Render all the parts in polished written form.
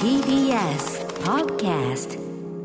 TBS Podcast。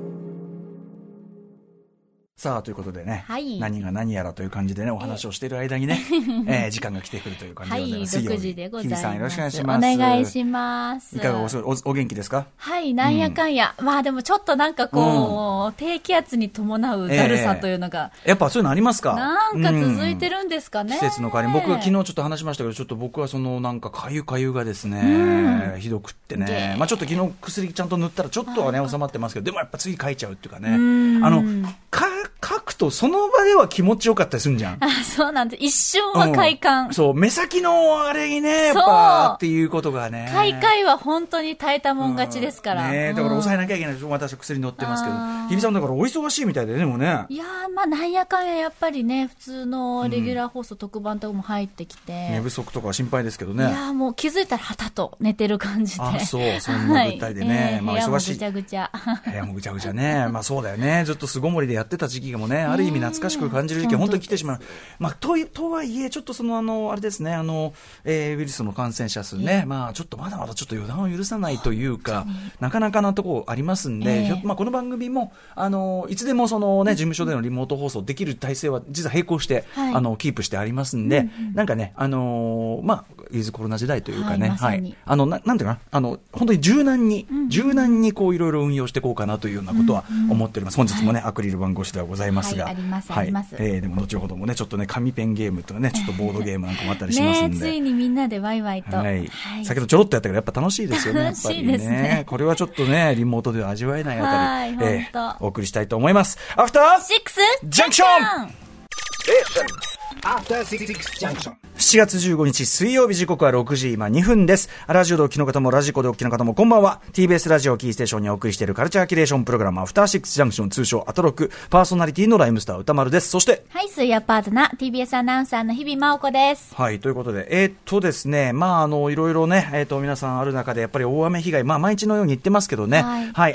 さあということでね、 はい、 何が何やらという感じでねお話をしている間にね、時間が来てくるという感じでございます。 はい、6時でございます。 日比さんよろしくお願いします。 お願いします。 いかがお元気ですか？ はい、なんやかんや、まあでもちょっとなんかこう、低気圧に伴うだるさというのが、 やっぱそういうのありますか？ なんか続いてるんですかね。 季節の変わり、僕は昨日ちょっと話しましたけど、ちょっと僕はそのなんかかゆがですね、ひどくってね、まあちょっと昨日薬ちゃんと塗ったらちょっとはね収まってますけど、でもやっぱ次かいちゃうっていうかね、書くとその場では気持ちよかったりするんじゃん。 あ、そうなんです。一瞬は快感。 そう、目先のあれにね、やっぱっていうことがね。 快は本当に耐えたもん勝ちですから。 ね、だから抑えなきゃいけない。私は薬乗ってますけど。日比さんだからお忙しいみたいでね、もうね。 いやー、まあなんやかんややっぱりね、普通のレギュラー放送特番とかも入ってきて。 寝不足とかは心配ですけどね。 いやー、もう気づいたらはたと寝てる感じで。 あ、そう、そんな物体でね。 まあ忙しい。部屋もぐちゃぐちゃ。 部屋もぐちゃぐちゃね。まあそうだよね。ずっと巣ごもりでやってた時期がもね、ある意味懐かしく感じる時期が本当に来てしまう。まあとはいえ、ちょっとそのあれですね、ウイルスの感染者数ね、まあちょっとまだまだちょっと予断を許さないというか、なかなかなところありますんで、まあこの番組もいつでもそのね、事務所でのリモート放送できる体制は実は並行して、キープしてありますんで、なんかね、まあウィズコロナ時代というかね、はい、なんていうかな、本当に柔軟にこういろいろ運用していこうかなというようなことは思っております。本日もね、アクリル板越しではございますが、 ありますあります。 でも後ほどもね、ちょっとね、紙ペンゲームとかね、ちょっとボードゲームなんかもあったりしますんで、 ね、ついにみんなでワイワイと、 先ほどちょろっとやったけどやっぱ楽しいですよね。 楽しいですね。 これはちょっとね、リモートでは味わえないあたり、お送りしたいと思います。アフターシックスジャンクション。7月15日水曜日、時刻は6時今2分です。ラジオでお聞きの方もラジコでお聞きの方もこんばんは。 TBS ラジオキーステーションにお送りしているカルチャーキュレーションプログラム、アフターシックスジャンクション、通称アトロク。パーソナリティのライムスター歌丸です。そして水曜パートナー TBS アナウンサーの日比真央子です。 はい、ということでですね、まあいろいろね、皆さんある中でやっぱり大雨被害、まあ毎日のように言ってますけどね、はい、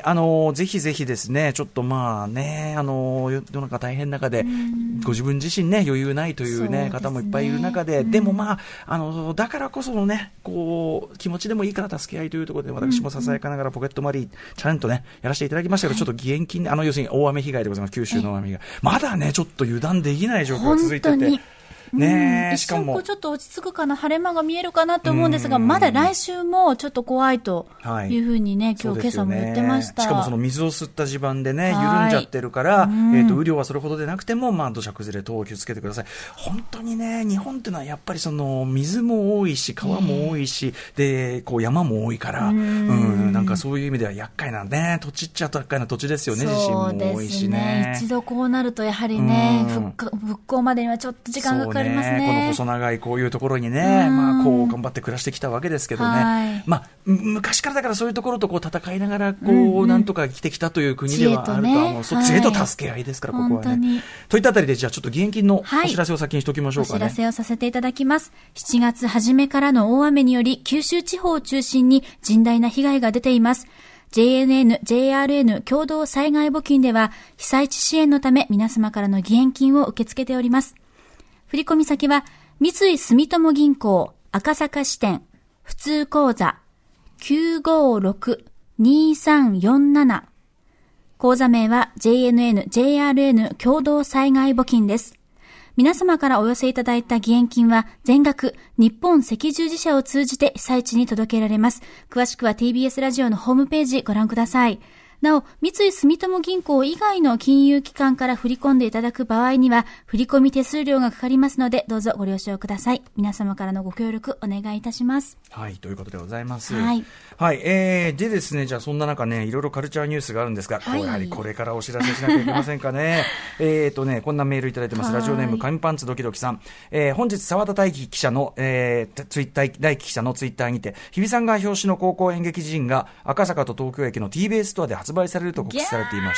ぜひぜひですね、ちょっとまあね、世の中大変な中で、ご自分自身ね、余裕ないというね、方もいっぱいいる中で、でもまあだからこそのね、こう気持ちでもいいから助け合いというところで、私もささやかながらポケットマリーちゃんとねやらせていただきましたけど、ちょっと義援金、要するに大雨被害でございます。九州の大雨被害、まだねちょっと油断できない状況が続いててね、しかも一瞬ちょっと落ち着くかな、晴れ間が見えるかなと思うんですが、まだ来週もちょっと怖いというふうにね、今朝も言ってました。 しかもその水を吸った地盤でね、緩んじゃってるから、雨量はそれほどでなくても、まあ土砂崩れ等を気をつけてください。本当にね、日本っていうのはやっぱりその水も多いし、川も多いし、でこう山も多いから、なんかそういう意味では厄介なね、土地っちゃ厄介な土地ですよね。地震も多いしね。 一度こうなるとやはりね、復興までにはちょっと時間がかかりますね。 この細長いこういうところにね、まあこう頑張って暮らしてきたわけですけどね、まあ昔からだからそういうところとこう戦いながらこうなんとか生きてきたという国ではあるとは思う。そっちへと助け合いですから、ここはね。といったあたりで、じゃあちょっと義援金のお知らせを先にしておきましょうかね。 お知らせをさせていただきます。7月初めからの大雨により九州地方を中心に甚大な被害が出ています。JNN、JRN 共同災害募金では被災地支援のため皆様からの義援金を受け付けております。振込先は三井住友銀行赤坂支店普通口座 956-2347、 口座名は JNN、JRN 共同災害募金です。皆様からお寄せいただいた義援金は全額日本赤十字社を通じて被災地に届けられます。詳しくは TBS ラジオのホームページご覧ください。なお、三井住友銀行以外の金融機関から振り込んでいただく場合には、振込手数料がかかりますので、どうぞご了承ください。皆様からのご協力お願いいたします。 はい、ということでございます。 はい。 はい、でですね、じゃあそんな中ね、いろいろカルチャーニュースがあるんですが、やはりこれからお知らせしなきゃいけませんかね。こんなメールいただいてます。ラジオネーム、紙パンツドキドキさん。本日、沢田大樹記者の、大樹記者のツイッターにて、日比さんが表紙の高校演劇人が赤坂と東京駅の TBS ストアで発発売されると告知されていました。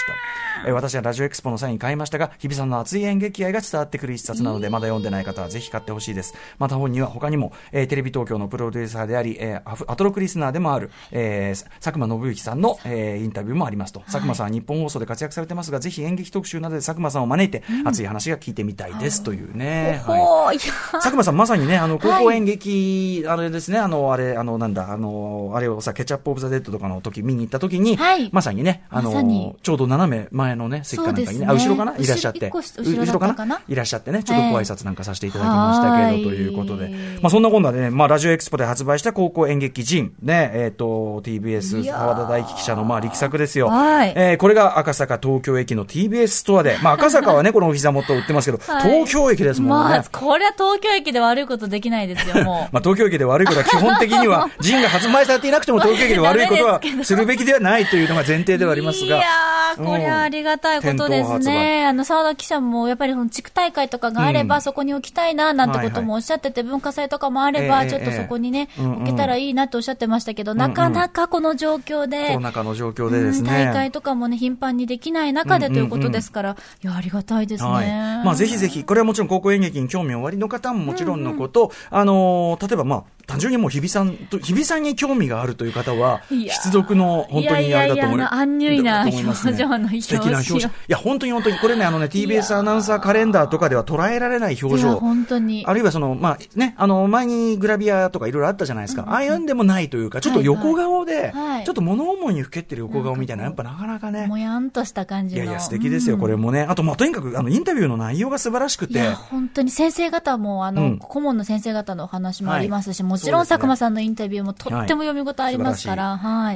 私はラジオエクスポの際に買いましたが、日比さんの熱い演劇愛が伝わってくる一冊なので、まだ読んでない方はぜひ買ってほしいです。また本には他にも、テレビ東京のプロデューサーであり、アトロクリスナーでもある、佐久間信之さんの、インタビューもありますと。佐久間さんは日本放送で活躍されてますが、ぜひ演劇特集などで佐久間さんを招いて、熱い話が聞いてみたいですというね。はい、佐久間さんまさにね、高校演劇、あれですね、あれをさ、ケチャップオブザデッドとかの時見に行った時に、まさにね、ちょうど斜め前のね、席かなんかにね、後ろかないらっしゃって、後ろかないらっしゃってね、ちょっとご挨拶なんかさせていただきましたけど、ということで、そんな今度はね、ラジオエクスポで発売した高校演劇人、ね、TBS 川田大樹記者の力作ですよ。これが赤坂東京駅の TBS ストアで、赤坂はね、このお膝元売ってますけど、東京駅ですもんね。 これは東京駅で悪いことできないですよ、もう。 東京駅で悪いことは基本的には、ジンが発売されていなくても東京駅で悪いことはするべきではないというのが前提ではありますが。 いやー、これはありがたいことですね。澤田記者も、やっぱり地区大会とかがあれば、そこに置きたいな、なんてこともおっしゃってて、文化祭とかもあれば、ちょっとそこにね、置けたらいいなとおっしゃってましたけど、なかなかこの状況で、 コロナ禍の状況でですね、 大会とかもね、頻繁にできない中でということですから、いや、ありがたいですね。 ぜひぜひ、これはもちろん高校演劇に興味おありの方ももちろんのこと、例えば単純にもう日比さんに興味があるという方は、必読の本当にあれだと思います。 アンニュイな表情の表紙。 素敵な表紙。いや、本当にこれね、TBS アナウンサーカレンダーとかでは捉えられない表情。 本当に。 あるいは前にグラビアとかいろいろあったじゃないですか。ああいうんでもないというか、ちょっと横顔で、ちょっと物思いにふけってる横顔みたいな、やっぱなかなかね。 もやんとした感じの。 いや、素敵ですよ、これもね。あと、とにかく、インタビューの内容が素晴らしくて。 いや、本当に先生方も、顧問の先生方のお話もありますし、もちろん佐久間さんのインタビューもとっても読み応えありますから、はい。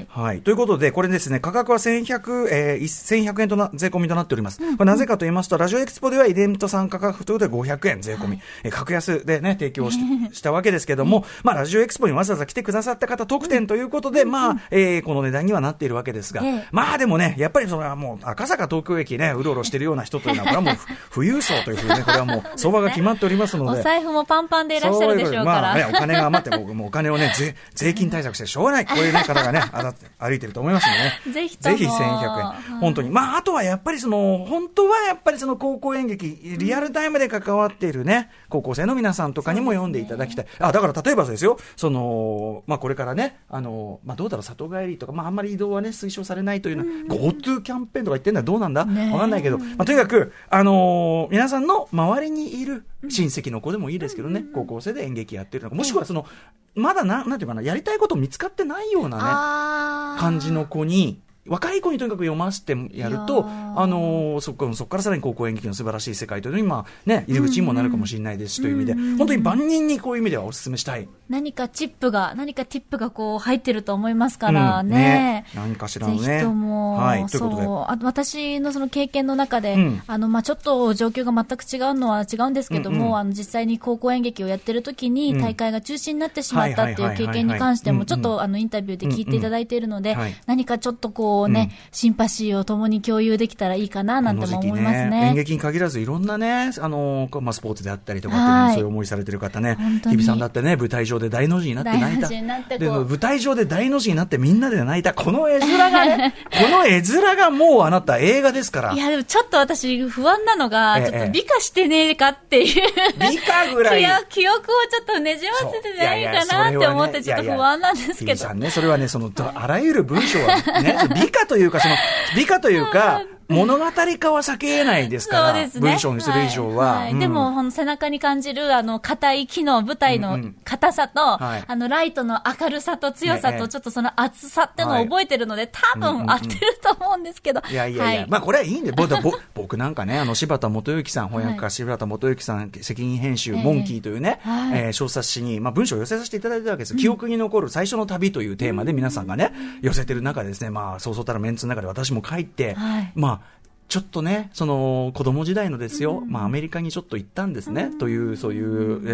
ということで、これですね、価格は1100円と税込みとなっております。これなぜかと言いますと、ラジオエクスポではイベント参加価格ということで500円税込み、格安でね、提供したわけですけども、ラジオエクスポにわざわざ来てくださった方特典ということで、この値段にはなっているわけですが、でもね、やっぱりそれはもう赤坂東京駅ね、うろうろしてるような人というのは、これはもう富裕層というふうにね、これはもう相場が決まっておりますので。 お財布もパンパンでいらっしゃるでしょうから。 お金が余って、僕もお金をね、税金対策してしょうがない、こういうね、方がね、歩いてると思いますのでね。ぜひ1100円。本当に。あとはやっぱり本当はやっぱり高校演劇、リアルタイムで関わっているね、高校生の皆さんとかにも読んでいただきたい。だから例えばですよ、これからね、どうだろう、里帰りとか、あんまり移動はね、推奨されないというのは、GoTo キャンペーンとか言ってんだどうなんだわかんないけど、とにかく、皆さんの周りにいる親戚の子でもいいですけどね、高校生で演劇やってるのか、もしくはまだなんていうかな、やりたいこと見つかってないようなね、感じの子に、若い子にとにかく読ませてやると、そこからさらに高校演劇の素晴らしい世界というのに、入り口にもなるかもしれないですし、という意味で、本当に万人にこういう意味ではお勧めしたい。 何かティップがこう入ってると思いますからね。 何かしらのね。 ぜひとも、 ということで。 私のその経験の中で、ちょっと状況が全く違うのは違うんですけども、実際に高校演劇をやってる時に大会が中止になってしまったっていう経験に関しても、ちょっとインタビューで聞いていただいているので、何かちょっとシンパシーを共に共有できたらいいかななんても思いますね。 演劇に限らずいろんなね、スポーツであったりとかっていうそういう思いされてる方ね、日比さんだってね、舞台上で大の字になって泣いた。で舞台上で大の字になってみんなで泣いた。この絵面がね、この絵面がもうあなた映画ですから。 いやでもちょっと私不安なのが、ちょっと美化してねえかっていう。 美化ぐらい。 記憶をちょっとねじわせてないかなって思ってちょっと不安なんですけど。日比さんね、それはね、あらゆる文章はね、美化というか、物語化は避けないですから、文章にする以上は。 でも、背中に感じる、硬い木の舞台の硬さと、ライトの明るさと強さと、ちょっとその厚さっていうのを覚えてるので、多分合ってると思うんですけど。 いや、これはいいんで、僕なんかね、柴田元幸さん、翻訳家柴田元幸さん、責任編集、モンキーというね、小冊子に、文章を寄せさせていただいたわけです。記憶に残る最初の旅というテーマで皆さんがね、寄せてる中でですね、そうそうたるメンツの中で私も書いて、ちょっとね、子供時代のですよ、アメリカにちょっと行ったんですね、という、そういう、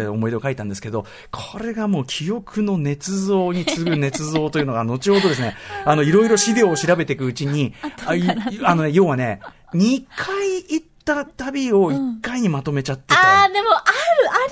思い出を書いたんですけど、これがもう記憶の捏造に次ぐ捏造というのが、後ほどですね、いろいろ資料を調べていくうちに、要はね、2回行った旅を1回にまとめちゃってた。 でもあります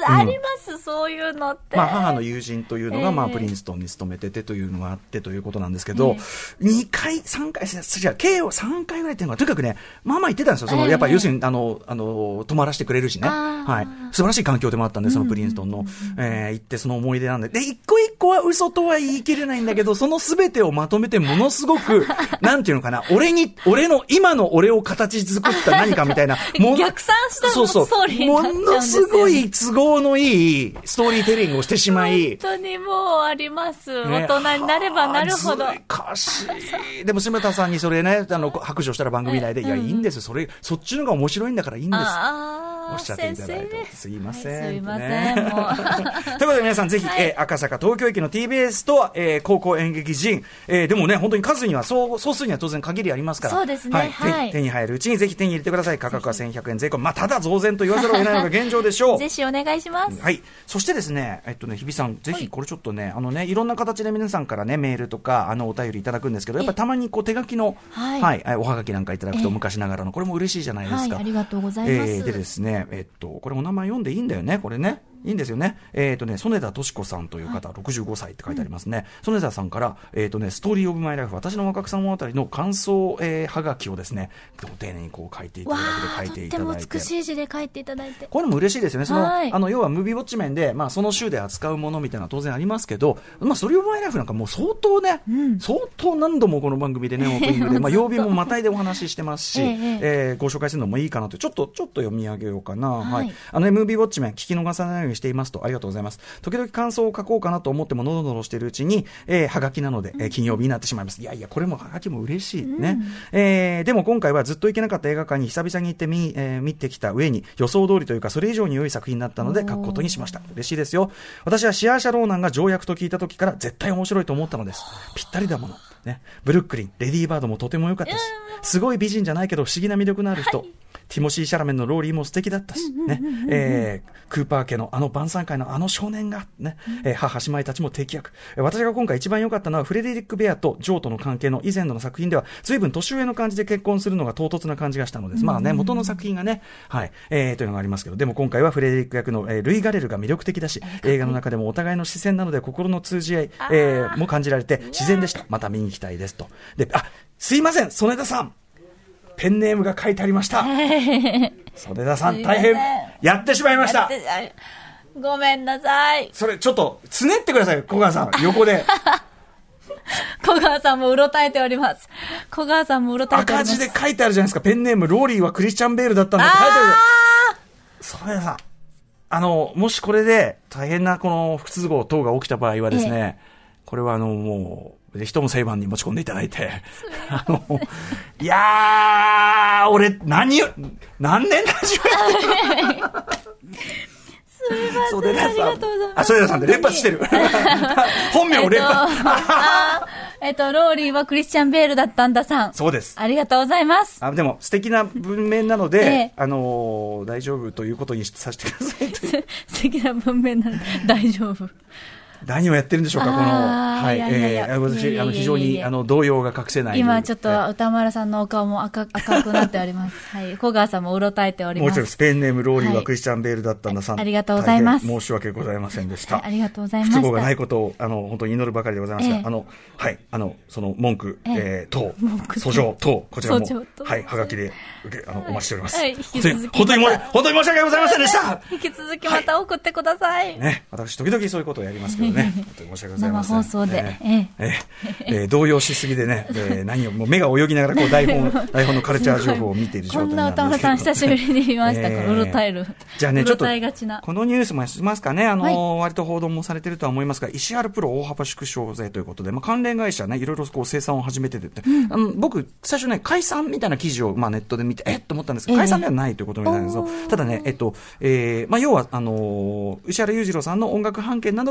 あります、そういうのって。 まあ、母の友人というのが、まあ、プリンストンに勤めててというのがあってということなんですけど、2回、3回、計を3回ぐらいっていうのは、とにかくね、まあまあ言ってたんですよ。やっぱり要するに、泊まらせてくれるしね。はい。素晴らしい環境でもあったんで、そのプリンストンの、行ってその思い出なんで。で、一個一個は嘘とは言い切れないんだけど、その全てをまとめてものすごく、なんていうのかな、今の俺を形作った何かみたいな。 逆算したストーリーになっちゃうんですよね。 ものすごい都合のいいストーリーテリングをしてしまい。 本当にもうあります。大人になればなるほど。 難しい。でも、島田さんにそれね、白状したら番組内で、いや、いいんですよ。そっちのが面白いんだからいいんです。おっしゃっていただいて。すいません。 すいません。もう。 ということで皆さんぜひ、赤坂東京駅の TBS と、高校演劇人、でもね、本当に数には、総数には当然限りありますから。 そうですね。 はい。手に入るうちにぜひ手に入れてください。価格は1100円税込み。まあ、ただ増税と言わざるを得ないのが現状でしょう。 ぜひお願いします。 はい。そしてですね、日比さん、ぜひこれちょっとね、いろんな形で皆さんからね、メールとか、お便りいただくんですけど、やっぱりたまにこう手書きの、はい、おはがきなんかいただくと昔ながらの、これも嬉しいじゃないですか。 はい、ありがとうございます。 でですね、これお名前読んでいいんだよね、これね。いいんですよね。曽根田敏子さんという方、65歳って書いてありますね。曽根田さんから、ストーリーオブマイライフ、私の若草物語の感想、はがきをですね、丁寧にこう書いていただいて、書いていただいて。 とっても美しい字で書いていただいて。 これも嬉しいですよね。要はムービーウォッチ面で、まあ、その週で扱うものみたいなのは当然ありますけど、まあ、ストーリーオブマイライフなんかもう相当ね、相当何度もこの番組でね、オープニングで、まあ、曜日もまたいでお話ししてますし、ご紹介するのもいいかなと、ちょっと読み上げようかな。はい。ムービーウォッチ面、聞き逃さないようにしていますと、ありがとうございます。時々感想を書こうかなと思ってもノロノロしているうちに、はがきなので、金曜日になってしまいます。いやいや、これもはがきも嬉しいね。でも今回はずっと行けなかった映画館に久々に行って見てきた上に予想通りというかそれ以上に良い作品になったので書くことにしました。嬉しいですよ。私はシアーシャローナンが条約と聞いた時から絶対面白いと思ったのです。ぴったりだもの。ね、ブルックリン、レディーバードもとても良かったし、すごい美人じゃないけど不思議な魅力のある人。はい、ティモシー・シャラメンのローリーも素敵だったし、ね、クーパー家の晩餐会の少年が、ね、母姉妹たちも敵役。私が今回一番良かったのはフレデリック・ベアとジョーとの関係の以前の作品では随分年上の感じで結婚するのが唐突な感じがしたのです。まあね、元の作品がね、はい、というのがありますけど、でも今回はフレデリック役の、ルイ・ガレルが魅力的だし、映画の中でもお互いの視線なので心の通じ合い、も感じられて自然でした。また見に行きたいですと。で、すいません、曽根田さん。ペンネームが書いてありました。曽根田さん、大変やってしまいました。 ごめんなさい。 それちょっとつねってください、小川さん、横で。 小川さんもうろたえております。小川さんもうろたえております。 赤字で書いてあるじゃないですか。ペンネームローリーはクリスチャン・ベールだったんだって書いてある。曽根田さん、もしこれで大変なこの不都合等が起きた場合はですね、これはもうぜひとも裁判に持ち込んでいただいて、いやー、俺何年ラジオやってるすみません、ありがとうございます。 曽根田さんで連発してる。本名を連発。 ローリーはクリスチャン・ベールだったんださん。 そうです。 ありがとうございます。 でも素敵な文面なので、大丈夫ということにさせてくださいという。 素敵な文面なので大丈夫。 何をやってるんでしょうか、この、はい、私、非常に、動揺が隠せない。 今、ちょっと、歌丸さんのお顔も赤くなっております。はい。小川さんもうろたえております。 もう一つ、ペンネーム、ローリーはクリスチャン・ベールだったんださん。 ありがとうございます。 申し訳ございませんでした。 ありがとうございました。 不都合がないことを、本当に祈るばかりでございますが、はい、その文句、等、訴状等、こちらも、はい、はがきで、お待ちしております。はい、本当に申し訳ございませんでした。 引き続きまた送ってください。 ね、私、時々そういうことをやりますけどね。本当に申し訳ございません。 生放送で。 動揺しすぎでね、何を、もう目が泳ぎながら、こう、台本のカルチャー情報を見ている状態なんですけど。 こんな歌丸さん久しぶりに見ましたから、うろたえる。 じゃあね、ちょっと、このニュースもしますかね、割と報道もされてるとは思いますが、石原プロ大幅縮小税ということで、関連会社ね、いろいろこう生産を始めてて、僕、最初ね、解散みたいな記事を、ネットで見て、と思ったんですけど、解散ではないということみたいなんですけど、ただね、要は、石原裕次郎さんの音楽版権などが、ある、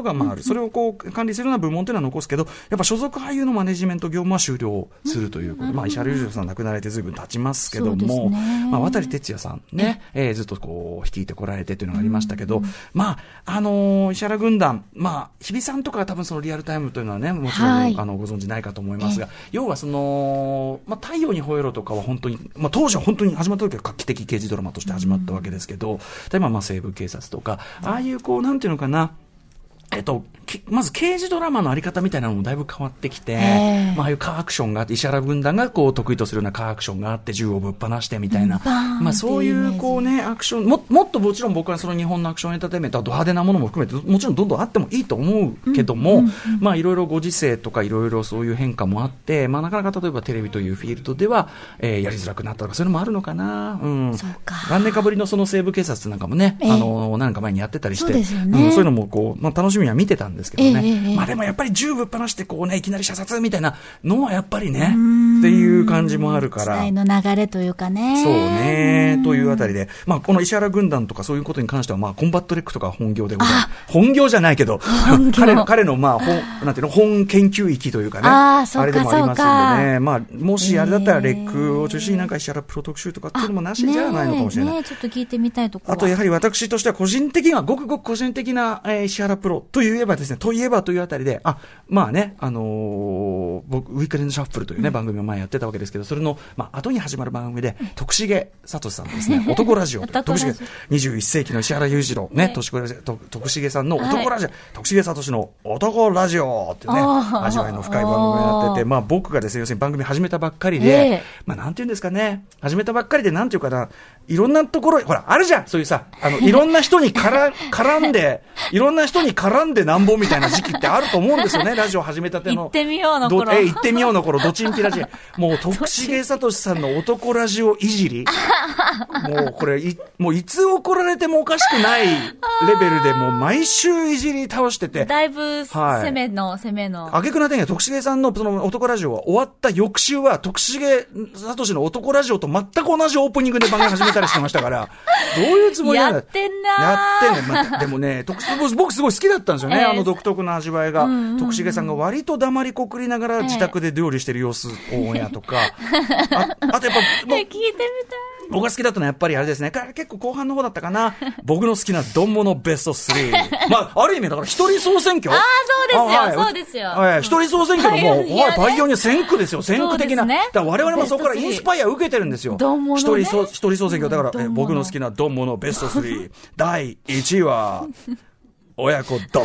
それをこう管理するような部門というのは残すけど、やっぱ所属俳優のマネジメント業務は終了するということで、石原裕次郎さん亡くなられてずいぶん経ちますけども、渡哲也さんね、ずっとこう率いてこられてというのがありましたけど、石原軍団、日比さんとかは多分そのリアルタイムというのはね、もちろん、ご存知ないかと思いますが、要はその、太陽にほえろとかは本当に、当時は本当に始まった時は画期的刑事ドラマとして始まったわけですけど、例えば西部警察とか、ああいうこう、なんていうのかな、まず刑事ドラマのあり方みたいなのもだいぶ変わってきて、ああいうカーアクションがあって、石原軍団がこう得意とするようなカーアクションがあって、銃をぶっ放してみたいな、そういうこうね、アクション、もっともちろん僕はその日本のアクションエンターテインメントはド派手なものも含めて、もちろんどんどんあってもいいと思うけども、いろいろご時世とかいろいろそういう変化もあって、なかなか例えばテレビというフィールドでは、やりづらくなったとか、そういうのもあるのかな。何年かぶりのその西部警察なんかもね、何か前にやってたりして、そういうのもこう、楽しみには見てたんですけどね。でもやっぱり銃ぶっ放してこうね、いきなり射殺みたいなのはやっぱりね、っていう感じもあるから。 時代の流れというかね。 そうね、というあたりで、この石原軍団とかそういうことに関しては、コンバットレックとか本業でございます。本業じゃないけど、彼のなんていうの、本研究域というかね、あれでもありますんでね、もしあれだったらレックを中心になんか石原プロ特集とかっていうのもなしじゃないのかもしれない。 ちょっと聞いてみたいところ。 あとやはり私としては個人的には、ごくごく個人的な、石原プロといえばですね、といえばというあたりで、僕、ウィークエンドシャッフルというね、番組を前やってたわけですけど、それの、後に始まる番組で、徳重聡さんですね、男ラジオ。徳重、21世紀の石原裕次郎、ね、徳重さんの男ラジオ、徳重聡の男ラジオっていうね、味わいの深い番組をやってて、僕がですね、要するに番組始めたばっかりで、なんていうんですかね、始めたばっかりで、なんていうかな、いろんなところ、ほら、あるじゃん、そういうさ、いろんな人に絡んでなんぼみたいな時期ってあると思うんですよね、ラジオ始めたての。 行ってみようの頃。 行ってみようの頃、どちんぴらじ。もう、徳重聡さんの男ラジオいじり。もう、これ、もういつ怒られてもおかしくないレベルで、もう毎週いじり倒してて。 だいぶ、攻めの。 あげくな点が、徳重さんのその男ラジオは終わった翌週は、徳重聡の男ラジオと全く同じオープニングで番組始めたりしてましたから、どういうつもりなんだ。 やってんなでもね、僕すごい好きだったんですよね、独特な味わいが。徳重さんが割と黙りこくりながら自宅で料理してる様子をオンエアとか。あとやっぱ、 聞いてみたい。 僕が好きだったのはやっぱりあれですね、結構後半の方だったかな。僕の好きなドンモのベスト3。ある意味だから一人総選挙。 そうですよ。 一人総選挙のもう、パイオニア先駆ですよ、先駆的な。だから我々もそこからインスパイア受けてるんですよ。一人総選挙。だから、僕の好きなドンモのベスト3。第1位は、親子ドン。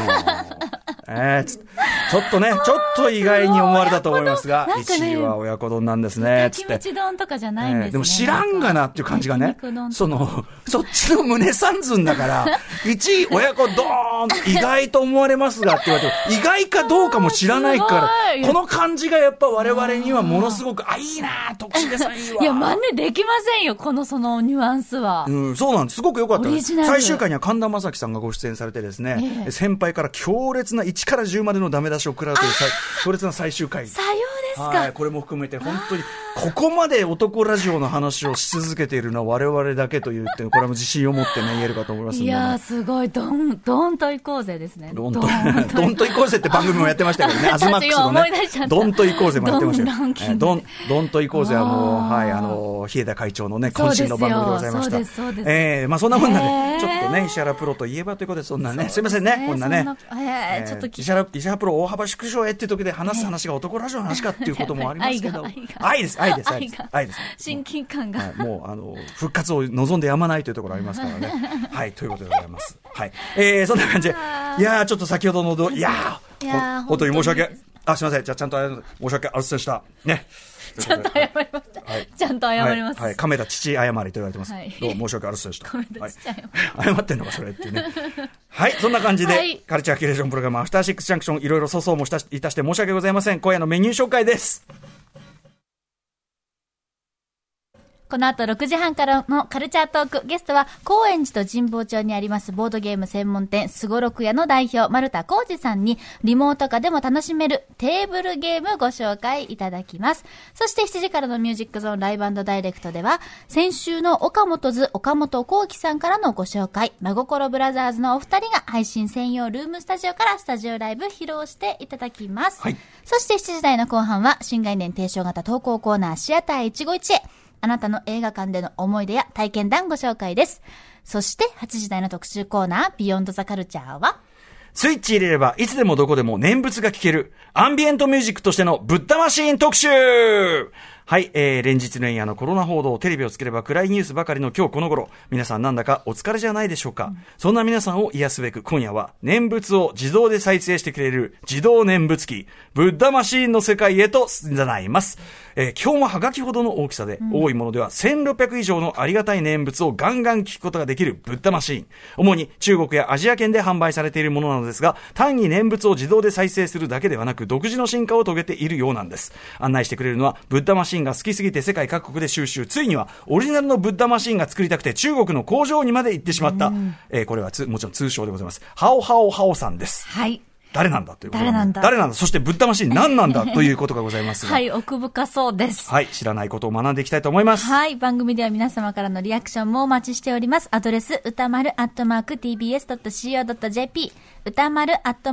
ちょっと意外に思われたと思いますが、1位は親子丼なんですね。 キムチ丼とかじゃないんですね。 でも知らんがなっていう感じがね、そっちの胸三寸だから、1位親子丼意外と思われますがって言われて、意外かどうかも知らないから、この感じがやっぱ我々にはものすごく、いいな徳重さんいいわ。 いや、真似できませんよ、そのニュアンスは。 そうなんです。すごく良かったです。最終回には神田正輝さんがご出演されてですね、先輩から強烈な1から10までのダメ出しを食らうという強烈な最終回。 さようですか。 これも含めて本当にここまで男ラジオの話をし続けているのは我々だけという点、これも自信を持ってね言えるかと思いますので、 いやすごい、どんと行こうぜですね。 どんと行こうぜって番組もやってましたけどね、アズマックスのね、どんと行こうぜもやってましたよ。どんと行こうぜはもう、日枝会長のね、渾身の番組でございました。 そうです。 そんなもんなんで、ちょっとね、石原プロといえばということで、そんなね、すいませんね、こんなね。 ちょっと石原プロ大幅縮小へっていう時で話す話が男ラジオの話かっていうこともありますけど、愛です。 親近感が。 もう、復活を望んでやまないというところありますからね。はい、ということでございます。はい。そんな感じで、いやー、ちょっと先ほどの本当に申し訳、すいません。じゃあちゃんと申し訳ありませんでした。ね。 ちゃんと謝りました。ちゃんと謝ります。 はい。亀田父謝りと言われてます。どうも申し訳ありませんでした。 亀田父謝ってんのか、それっていうね。はい。そんな感じで、カルチャーキュレーションプログラム、アフターシックスジャンクション、いろいろ粗相もいたして申し訳ございません。今夜のメニュー紹介です。 この後6時半からのカルチャートーク、ゲストは高円寺と神保町にありますボードゲーム専門店すごろく屋の代表丸田浩二さんにリモート化でも楽しめるテーブルゲームご紹介いただきます。そして7時からのミュージックゾーンライブ&ダイレクトでは先週の岡本図岡本幸輝さんからのご紹介、真心ブラザーズのお二人が配信専用ルームスタジオからスタジオライブ披露していただきます、はい、そして7時台の後半は新概念提唱型投稿コーナーシアター一期一会、あなたの映画館での思い出や体験談ご紹介です。そして8時台の特集コーナービヨンドザカルチャーはスイッチ入れればいつでもどこでも念仏が聴けるアンビエントミュージックとしてのブッダマシーン特集。はい、連日連夜のコロナ報道、テレビをつければ暗いニュースばかりの今日この頃、皆さんなんだかお疲れじゃないでしょうか、そんな皆さんを癒すべく今夜は念仏を自動で再生してくれる自動念仏機ブッダマシーンの世界へと進みます。今日もはがきほどの大きさで、多いものでは1600以上のありがたい念仏をガンガン聞くことができるブッダマシーン、主に中国やアジア圏で販売されているものなのですが、単に念仏を自動で再生するだけではなく独自の進化を遂げているようなんです。案内してくれるのはブッダマシーンが好きすぎて世界各国で収集、ついにはオリジナルのブッダマシーンが作りたくて中国の工場にまで行ってしまった、これはもちろん通称でございますハオハオハオさんです。 はい、 誰なんだということで、誰なんだ、そしてブッダマシーン何なんだということがございますがはい、奥深そうです。 はい、知らないことを学んでいきたいと思います。 はい、番組では皆様からのリアクションもお待ちしております。アドレス歌丸@tbs.co.jp 歌丸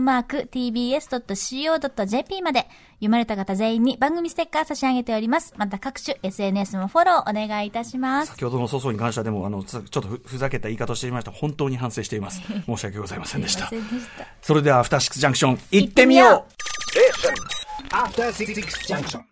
@tbs.co.jp まで、読まれた方全員に番組ステッカー差し上げております。また各種 SNS もフォローお願いいたします。 先ほどの粗相に関してはでもちょっとふざけた言い方をしていました。本当に反省しています。申し訳ございませんでした。それではアフターシックスジャンクション行ってみよう。